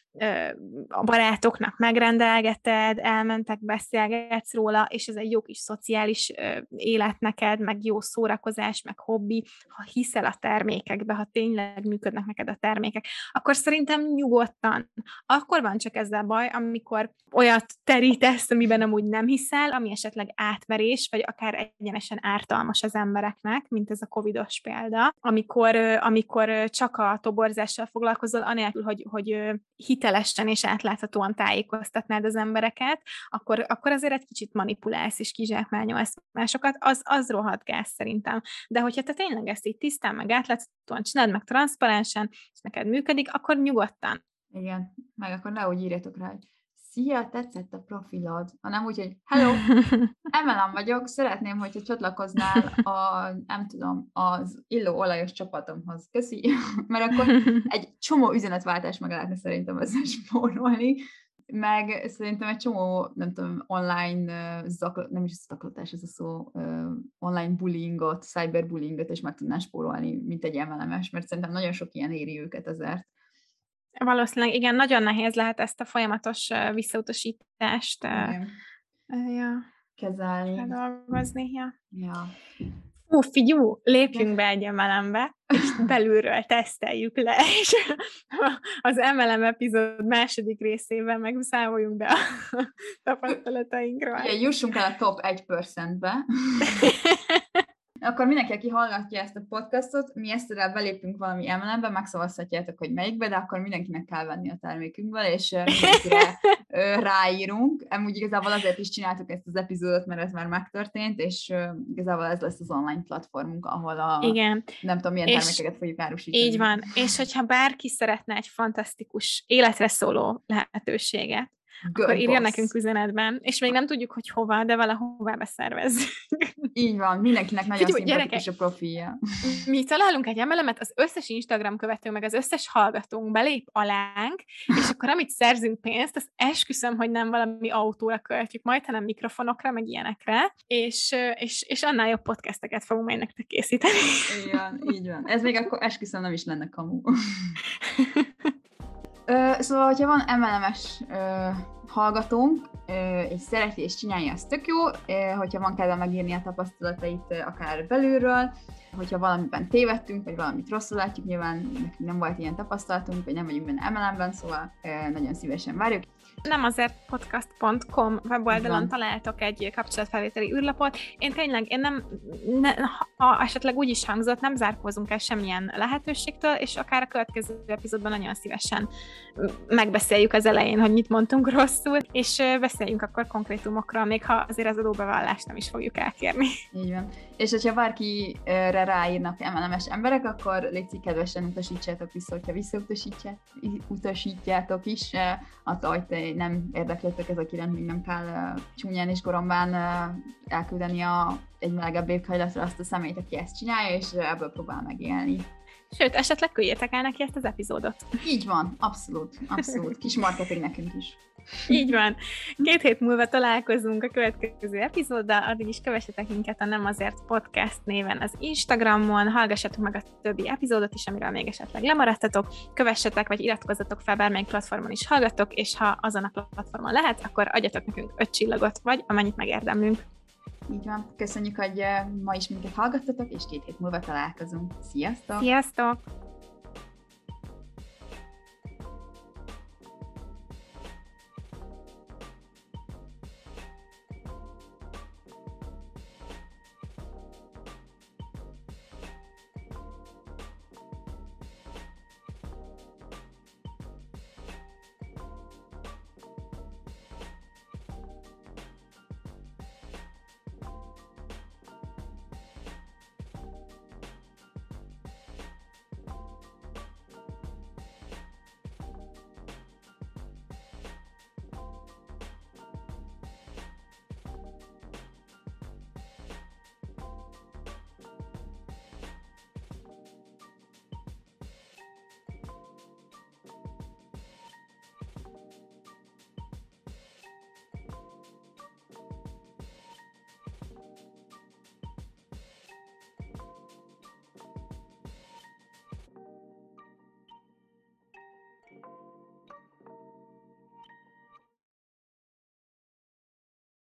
a barátoknak megrendelgeted, elmentek, beszélgetsz róla, és ez egy jó kis szociális élet neked, meg jó szórakozás, meg hobbi, ha hiszel a termékekbe, ha tényleg működnek neked a termékek, akkor szerintem nyugodtan. Akkor van csak ezzel baj, amikor olyat terítesz, amiben amúgy nem hiszel, ami esetleg átverés, vagy akár egyenesen ártalmas az embereknek, mint ez a covidos példa, amikor, amikor csak a toborzással foglalkozol, anélkül, hogy, hogy hitelesen és átláthatóan tájékoztatnád az embereket, akkor, akkor azért egy kicsit manipulálsz és kizsákmányolsz másokat, az, az rohadt gáz szerintem. De hogyha te tényleg ezt így tisztán, meg átláthatóan csináld, meg transzparensen, és neked működik, akkor nyugodtan. Igen, meg akkor ne úgy írjatok rá, hogy szia, tetszett a profilod, hanem úgy, hogy hello, em el em vagyok, szeretném, hogyha csatlakoznál a, nem tudom, az illó olajos csapatomhoz. Köszi, mert akkor egy csomó üzenetváltás meg lehetne szerintem ezzel spórolni, meg szerintem egy csomó, nem tudom, online zaklat, nem is zaklatás ez a szó, online bullyingot, cyberbullyingot is meg tudnál spórolni, mint egy em el em-es, mert szerintem nagyon sok ilyen éri őket ezért. Valószínűleg, igen, nagyon nehéz lehet ezt a folyamatos visszautasítást igen. ja, kezelni. Feldolgozni. Ja. Ja. Hú, figyú, lépjünk be egy em el em-be, és belülről teszteljük le, és az em el em epizód második részében meg számoljunk be a tapasztalatainkról. Igen, jussunk el a top egy százalékbe. Akkor mindenki, aki hallgatja ezt a podcastot, mi ezt belépünk valami em el em-be, megszavazhatjátok, hogy melyikbe, de akkor mindenkinek kell venni a termékünkből, és mindenkire ráírunk. Amúgy igazából azért is csináltuk ezt az epizódot, mert ez már megtörtént, és igazából ez lesz az online platformunk, ahol a igen. nem tudom, milyen termékeket fogjuk árusítani. Így van, és hogyha bárki szeretne egy fantasztikus életre szóló lehetőséget, Good akkor írja boss. Nekünk üzenetben, és még nem tudjuk, hogy hova, de valahová beszervezzük. Így van, mindenkinek nagyon Figyelj, szimpatikus a profilja. Mi találunk egy em el em-et, az összes Instagram követő, meg az összes hallgatónk belép alánk, és akkor amit szerzünk pénzt, azt esküszöm, hogy nem valami autóra költjük majd, hanem mikrofonokra, meg ilyenekre, és, és, és annál jobb podcasteket fogunk majd nektek készíteni. Igen, így van. Ez még akkor esküszöm nem is lenne kamu. Ö, szóval, hogyha van em el em-es ö, hallgatónk, és szereti, és csinálja, az tök jó, hogyha van kedve megírni a tapasztalatait akár belülről, hogyha valamiben tévedtünk, vagy valamit rosszul látjuk, nyilván nekünk nem volt ilyen tapasztalatunk, vagy nem vagyunk benne em el em-ben, szóval nagyon szívesen várjuk. Nem azért podcast pont com weboldalon találtok egy kapcsolatfelvételi űrlapot. Én tényleg, én nem, ne, ha esetleg úgy is hangzott, nem zárkózunk el semmilyen lehetőségtől, és akár a következő epizódban nagyon szívesen megbeszéljük az elején, hogy mit mondtunk rosszul, és beszéljünk akkor konkrétumokra, még ha azért az adóbevallást nem is fogjuk elkérni. Így van. És hogyha bárkire ráírnak em el em-es emberek, akkor légy kedvesen utasítsátok vissza, hogyha visszautasítjátok is, attól, hogy te nem érdeklődtök ez a kirend, még nem kell csúnyán és gorombán elküldeni a, egy melegebb éghajlatra azt a személyt, aki ezt csinálja, és ebből próbál megélni. Sőt, esetleg küldjétek el neki ezt az epizódot. Így van, abszolút, abszolút. Kis marketing nekünk is. Így van. Két hét múlva találkozunk a következő epizóddal, addig is kövessetek minket a Nem Azért Podcast néven az Instagramon, hallgassatok meg a többi epizódot is, amiről még esetleg lemaradtatok, kövessetek, vagy iratkozzatok fel, bármelyik platformon is hallgattok, és ha azon a platformon lehet, akkor adjatok nekünk öt csillagot, vagy amennyit megérdemlünk. Így van. Köszönjük, hogy ma is minket hallgattatok, és két hét múlva találkozunk. Sziasztok! Sziasztok!